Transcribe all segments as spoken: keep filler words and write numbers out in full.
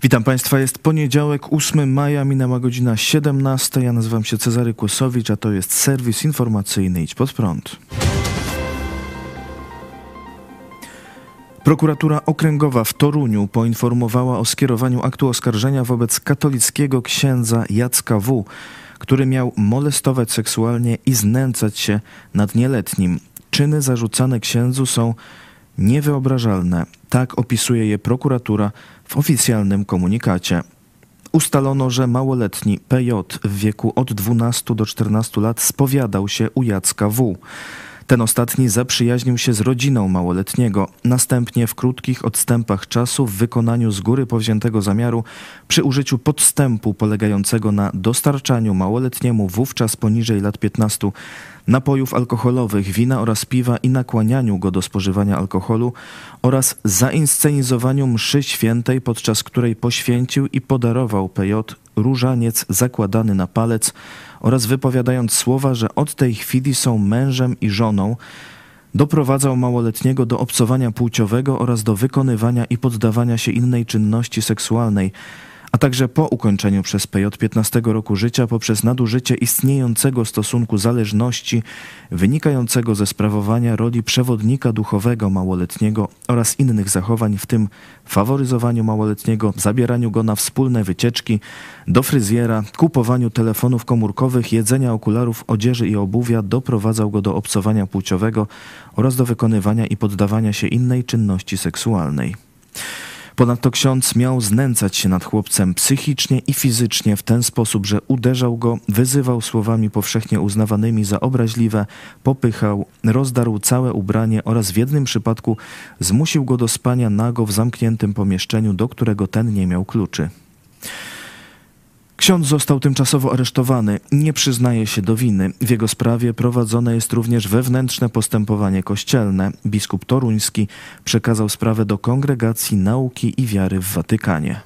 Witam Państwa, jest poniedziałek, ósmego maja, minęła godzina siedemnasta. Ja nazywam się Cezary Kłosowicz, a to jest serwis informacyjny Idź Pod Prąd. Prokuratura Okręgowa w Toruniu poinformowała o skierowaniu aktu oskarżenia wobec katolickiego księdza Jacka W., który miał molestować seksualnie i znęcać się nad nieletnim. Czyny zarzucane księdzu są niewyobrażalne. Tak opisuje je prokuratura w oficjalnym komunikacie. Ustalono, że małoletni P J w wieku od dwunastu do czternastu lat spowiadał się u Jacka W. Ten ostatni zaprzyjaźnił się z rodziną małoletniego. Następnie w krótkich odstępach czasu w wykonaniu z góry powziętego zamiaru przy użyciu podstępu polegającego na dostarczaniu małoletniemu wówczas poniżej lat piętnastu napojów alkoholowych, wina oraz piwa i nakłanianiu go do spożywania alkoholu oraz zainscenizowaniu mszy świętej, podczas której poświęcił i podarował P J różaniec zakładany na palec oraz wypowiadając słowa, że od tej chwili są mężem i żoną, doprowadzał małoletniego do obcowania płciowego oraz do wykonywania i poddawania się innej czynności seksualnej, a także po ukończeniu przez P J piętnastego roku życia poprzez nadużycie istniejącego stosunku zależności wynikającego ze sprawowania roli przewodnika duchowego małoletniego oraz innych zachowań, w tym faworyzowaniu małoletniego, zabieraniu go na wspólne wycieczki, do fryzjera, kupowaniu telefonów komórkowych, jedzenia okularów, odzieży i obuwia, doprowadzał go do obcowania płciowego oraz do wykonywania i poddawania się innej czynności seksualnej. Ponadto ksiądz miał znęcać się nad chłopcem psychicznie i fizycznie w ten sposób, że uderzał go, wyzywał słowami powszechnie uznawanymi za obraźliwe, popychał, rozdarł całe ubranie oraz w jednym przypadku zmusił go do spania nago w zamkniętym pomieszczeniu, do którego ten nie miał kluczy. Ksiądz został tymczasowo aresztowany, nie przyznaje się do winy. W jego sprawie prowadzone jest również wewnętrzne postępowanie kościelne. Biskup toruński przekazał sprawę do Kongregacji Nauki i Wiary w Watykanie.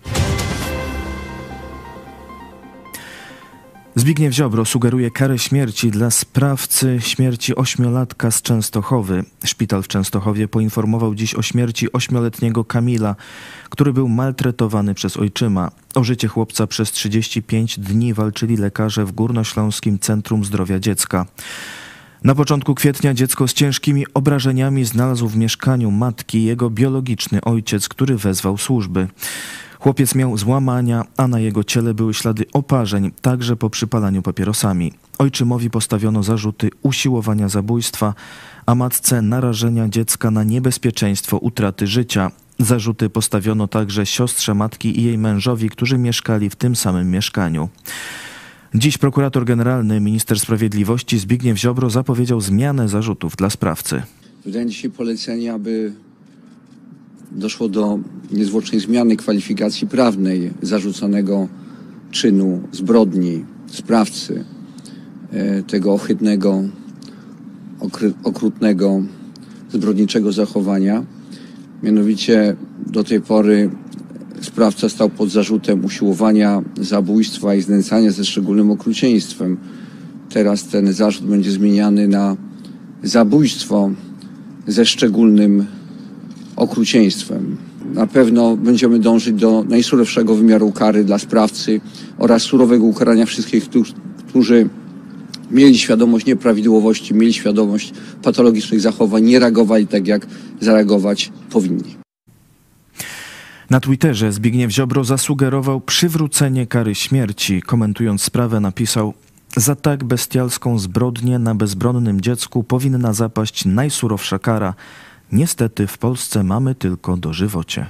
Zbigniew Ziobro sugeruje karę śmierci dla sprawcy śmierci ośmiolatka z Częstochowy. Szpital w Częstochowie poinformował dziś o śmierci ośmioletniego Kamila, który był maltretowany przez ojczyma. O życie chłopca przez trzydzieści pięć dni walczyli lekarze w Górnośląskim Centrum Zdrowia Dziecka. Na początku kwietnia dziecko z ciężkimi obrażeniami znalazł w mieszkaniu matki jego biologiczny ojciec, który wezwał służby. Chłopiec miał złamania, a na jego ciele były ślady oparzeń, także po przypalaniu papierosami. Ojczymowi postawiono zarzuty usiłowania zabójstwa, a matce narażenia dziecka na niebezpieczeństwo utraty życia. Zarzuty postawiono także siostrze matki i jej mężowi, którzy mieszkali w tym samym mieszkaniu. Dziś prokurator generalny, minister sprawiedliwości Zbigniew Ziobro zapowiedział zmianę zarzutów dla sprawcy. Wydałem dzisiaj polecenie, aby doszło do niezwłocznej zmiany kwalifikacji prawnej zarzucanego czynu zbrodni sprawcy tego ohydnego, okrutnego, zbrodniczego zachowania. Mianowicie do tej pory sprawca stał pod zarzutem usiłowania zabójstwa i znęcania ze szczególnym okrucieństwem. Teraz ten zarzut będzie zmieniany na zabójstwo ze szczególnym okrucieństwem. Na pewno będziemy dążyć do najsurowszego wymiaru kary dla sprawcy oraz surowego ukarania wszystkich, którzy mieli świadomość nieprawidłowości, mieli świadomość patologicznych zachowań, nie reagowali tak, jak zareagować powinni. Na Twitterze Zbigniew Ziobro zasugerował przywrócenie kary śmierci. Komentując sprawę napisał: za tak bestialską zbrodnię na bezbronnym dziecku powinna zapaść najsurowsza kara. Niestety w Polsce mamy tylko dożywocie.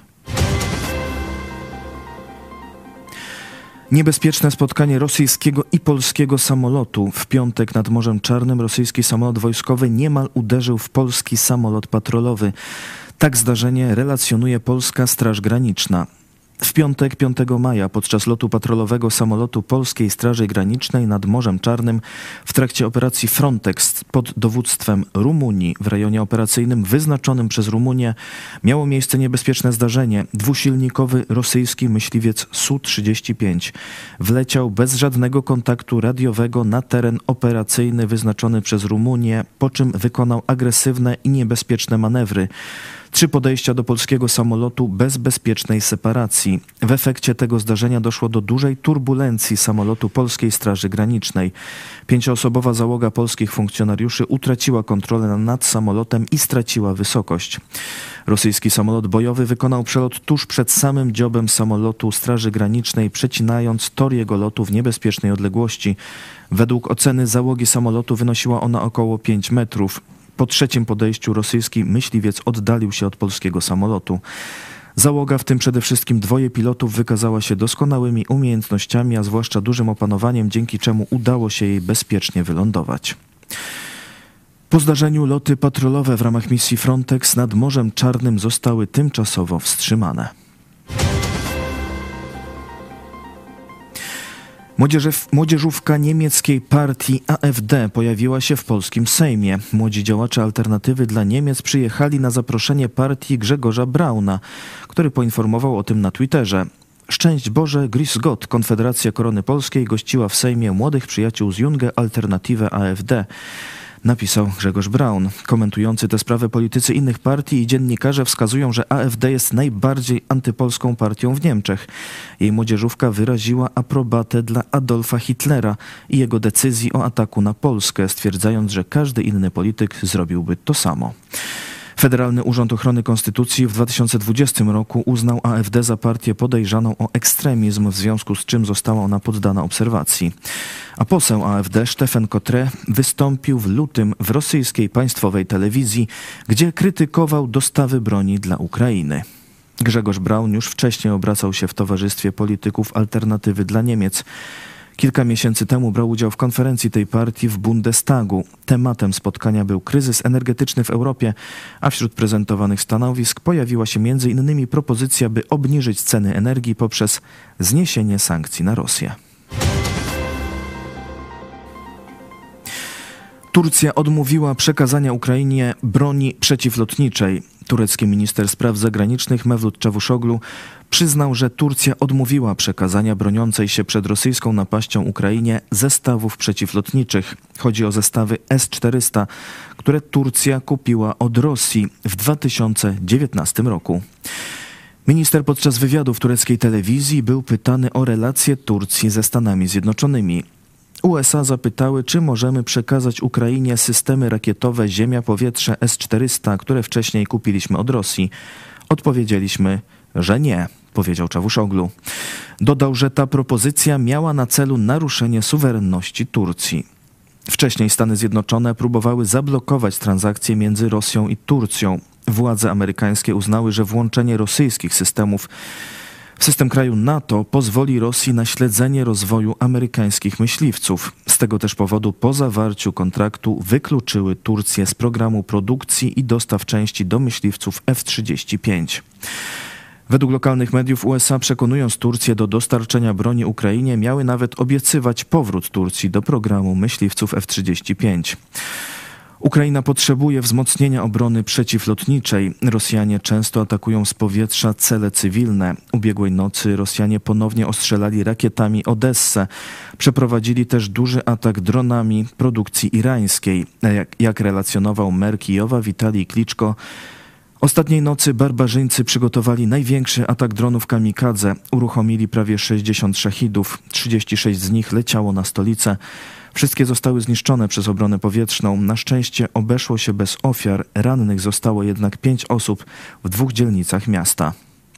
Niebezpieczne spotkanie rosyjskiego i polskiego samolotu. W piątek nad Morzem Czarnym rosyjski samolot wojskowy niemal uderzył w polski samolot patrolowy. Tak zdarzenie relacjonuje polska Straż Graniczna. W piątek, piątego maja, podczas lotu patrolowego samolotu Polskiej Straży Granicznej nad Morzem Czarnym w trakcie operacji Frontex pod dowództwem Rumunii w rejonie operacyjnym wyznaczonym przez Rumunię miało miejsce niebezpieczne zdarzenie. Dwusilnikowy rosyjski myśliwiec S U trzydzieści pięć wleciał bez żadnego kontaktu radiowego na teren operacyjny wyznaczony przez Rumunię, po czym wykonał agresywne i niebezpieczne manewry. Trzy podejścia do polskiego samolotu bez bezpiecznej separacji. W efekcie tego zdarzenia doszło do dużej turbulencji samolotu Polskiej Straży Granicznej. Pięcioosobowa załoga polskich funkcjonariuszy utraciła kontrolę nad samolotem i straciła wysokość. Rosyjski samolot bojowy wykonał przelot tuż przed samym dziobem samolotu Straży Granicznej, przecinając tor jego lotu w niebezpiecznej odległości. Według oceny załogi samolotu wynosiła ona około pięć metrów. Po trzecim podejściu rosyjski myśliwiec oddalił się od polskiego samolotu. Załoga, w tym przede wszystkim dwoje pilotów, wykazała się doskonałymi umiejętnościami, a zwłaszcza dużym opanowaniem, dzięki czemu udało się jej bezpiecznie wylądować. Po zdarzeniu loty patrolowe w ramach misji Frontex nad Morzem Czarnym zostały tymczasowo wstrzymane. Młodzieżówka niemieckiej partii A F D pojawiła się w polskim Sejmie. Młodzi działacze Alternatywy dla Niemiec przyjechali na zaproszenie partii Grzegorza Brauna, który poinformował o tym na Twitterze. Szczęść Boże, Grüß Gott, Konfederacja Korony Polskiej gościła w Sejmie młodych przyjaciół z Junge Alternative A F D. Napisał Grzegorz Braun. Komentujący tę sprawę politycy innych partii i dziennikarze wskazują, że A F D jest najbardziej antypolską partią w Niemczech. Jej młodzieżówka wyraziła aprobatę dla Adolfa Hitlera i jego decyzji o ataku na Polskę, stwierdzając, że każdy inny polityk zrobiłby to samo. Federalny Urząd Ochrony Konstytucji w dwa tysiące dwudziestym roku uznał A F D za partię podejrzaną o ekstremizm, w związku z czym została ona poddana obserwacji. A poseł A F D Stefan Kotre wystąpił w lutym w rosyjskiej państwowej telewizji, gdzie krytykował dostawy broni dla Ukrainy. Grzegorz Braun już wcześniej obracał się w towarzystwie polityków Alternatywy dla Niemiec. Kilka miesięcy temu brał udział w konferencji tej partii w Bundestagu. Tematem spotkania był kryzys energetyczny w Europie, a wśród prezentowanych stanowisk pojawiła się między innymi propozycja, by obniżyć ceny energii poprzez zniesienie sankcji na Rosję. Turcja odmówiła przekazania Ukrainie broni przeciwlotniczej. Turecki minister spraw zagranicznych Mevlut Cavusoglu przyznał, że Turcja odmówiła przekazania broniącej się przed rosyjską napaścią Ukrainie zestawów przeciwlotniczych. Chodzi o zestawy S czterysta, które Turcja kupiła od Rosji w dwa tysiące dziewiętnastym roku. Minister podczas wywiadu w tureckiej telewizji był pytany o relacje Turcji ze Stanami Zjednoczonymi. U S A zapytały, czy możemy przekazać Ukrainie systemy rakietowe Ziemia-Powietrze S czterysta, które wcześniej kupiliśmy od Rosji. Odpowiedzieliśmy, że nie, powiedział Cavusoglu. Dodał, że ta propozycja miała na celu naruszenie suwerenności Turcji. Wcześniej Stany Zjednoczone próbowały zablokować transakcje między Rosją i Turcją. Władze amerykańskie uznały, że włączenie rosyjskich systemów w system kraju NATO pozwoli Rosji na śledzenie rozwoju amerykańskich myśliwców. Z tego też powodu po zawarciu kontraktu wykluczyły Turcję z programu produkcji i dostaw części do myśliwców F trzydzieści pięć. Według lokalnych mediów U S A, przekonując Turcję do dostarczenia broni Ukrainie, miały nawet obiecywać powrót Turcji do programu myśliwców F trzydzieści pięć. Ukraina potrzebuje wzmocnienia obrony przeciwlotniczej. Rosjanie często atakują z powietrza cele cywilne. Ubiegłej nocy Rosjanie ponownie ostrzelali rakietami Odessę. Przeprowadzili też duży atak dronami produkcji irańskiej. Jak, jak relacjonował mer Kijowa Witalij Kliczko, ostatniej nocy barbarzyńcy przygotowali największy atak dronów kamikadze. Uruchomili prawie sześćdziesiąt szachidów. trzydzieści sześć z nich leciało na stolicę. Wszystkie zostały zniszczone przez obronę powietrzną. Na szczęście obeszło się bez ofiar. Rannych zostało jednak pięć osób w dwóch dzielnicach miasta.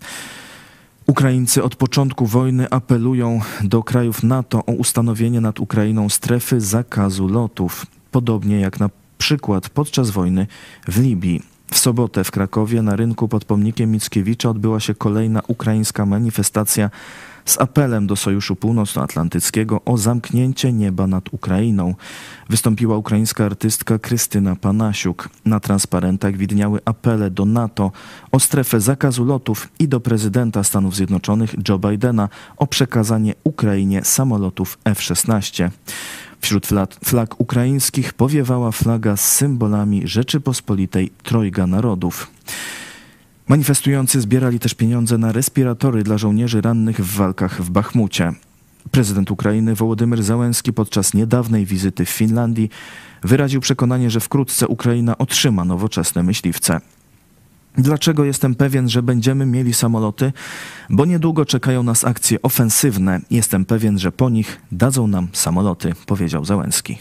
Ukraińcy od początku wojny apelują do krajów NATO o ustanowienie nad Ukrainą strefy zakazu lotów. Podobnie jak na przykład podczas wojny w Libii. W sobotę w Krakowie na rynku pod pomnikiem Mickiewicza odbyła się kolejna ukraińska manifestacja z apelem do Sojuszu Północnoatlantyckiego o zamknięcie nieba nad Ukrainą. Wystąpiła ukraińska artystka Krystyna Panasiuk. Na transparentach widniały apele do NATO o strefę zakazu lotów i do prezydenta Stanów Zjednoczonych Joe Bidena o przekazanie Ukrainie samolotów F szesnaście. Wśród flag, flag ukraińskich powiewała flaga z symbolami Rzeczypospolitej Trojga Narodów. Manifestujący zbierali też pieniądze na respiratory dla żołnierzy rannych w walkach w Bachmucie. Prezydent Ukrainy Wołodymyr Zełenski podczas niedawnej wizyty w Finlandii wyraził przekonanie, że wkrótce Ukraina otrzyma nowoczesne myśliwce. Dlaczego jestem pewien, że będziemy mieli samoloty? Bo niedługo czekają nas akcje ofensywne. Jestem pewien, że po nich dadzą nam samoloty, powiedział Zełenski.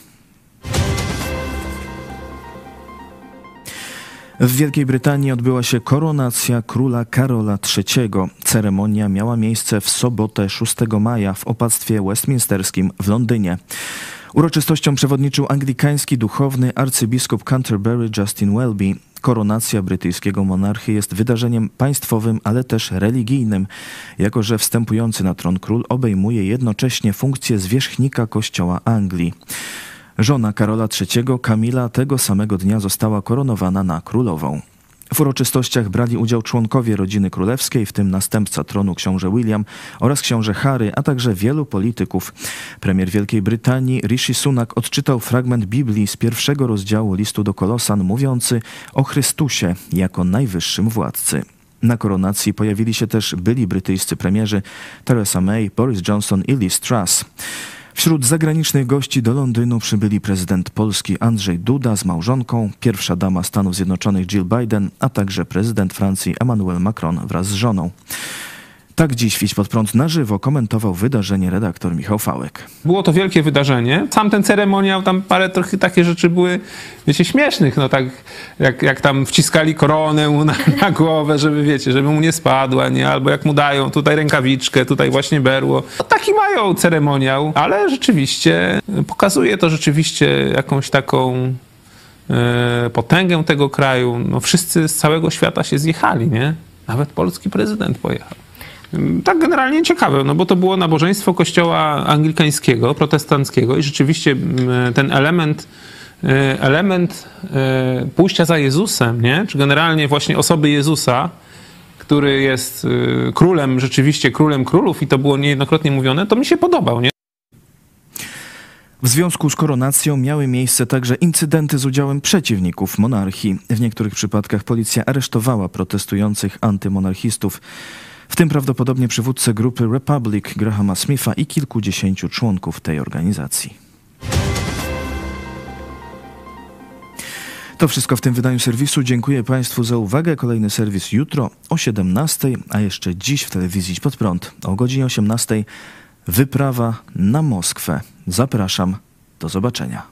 W Wielkiej Brytanii odbyła się koronacja króla Karola trzeciego. Ceremonia miała miejsce w sobotę szóstego maja w opactwie westminsterskim w Londynie. Uroczystością przewodniczył anglikański duchowny arcybiskup Canterbury Justin Welby. Koronacja brytyjskiego monarchy jest wydarzeniem państwowym, ale też religijnym, jako że wstępujący na tron król obejmuje jednocześnie funkcję zwierzchnika kościoła Anglii. Żona Karola trzeciego, Kamila, tego samego dnia została koronowana na królową. W uroczystościach brali udział członkowie rodziny królewskiej, w tym następca tronu książę William oraz książę Harry, a także wielu polityków. Premier Wielkiej Brytanii Rishi Sunak odczytał fragment Biblii z pierwszego rozdziału listu do Kolosan mówiący o Chrystusie jako najwyższym władcy. Na koronacji pojawili się też byli brytyjscy premierzy Theresa May, Boris Johnson i Liz Truss. Wśród zagranicznych gości do Londynu przybyli prezydent Polski Andrzej Duda z małżonką, pierwsza dama Stanów Zjednoczonych Jill Biden, a także prezydent Francji Emmanuel Macron wraz z żoną. Tak dziś w Idź Pod Prąd na żywo komentował wydarzenie redaktor Michał Fałek. Było to wielkie wydarzenie. Sam ten ceremoniał, tam parę trochę takie rzeczy były, wiecie, śmiesznych. No tak jak, jak tam wciskali koronę mu na, na głowę, żeby, wiecie, żeby mu nie spadła, nie? Albo jak mu dają tutaj rękawiczkę, tutaj właśnie berło. No, taki mają ceremoniał, ale rzeczywiście pokazuje to rzeczywiście jakąś taką e, potęgę tego kraju. No wszyscy z całego świata się zjechali, nie? Nawet polski prezydent pojechał. Tak generalnie ciekawe, no bo to było nabożeństwo kościoła anglikańskiego, protestanckiego i rzeczywiście ten element, element pójścia za Jezusem, nie? Czy generalnie właśnie osoby Jezusa, który jest królem, rzeczywiście królem królów i to było niejednokrotnie mówione, to mi się podobał, nie? W związku z koronacją miały miejsce także incydenty z udziałem przeciwników monarchii. W niektórych przypadkach policja aresztowała protestujących antymonarchistów, w tym prawdopodobnie przywódcę grupy Republic Grahama Smitha i kilkudziesięciu członków tej organizacji. To wszystko w tym wydaniu serwisu. Dziękuję Państwu za uwagę. Kolejny serwis jutro o siedemnastej, a jeszcze dziś w telewizji Idź Pod Prąd o godzinie osiemnastej wyprawa na Moskwę. Zapraszam. Do zobaczenia.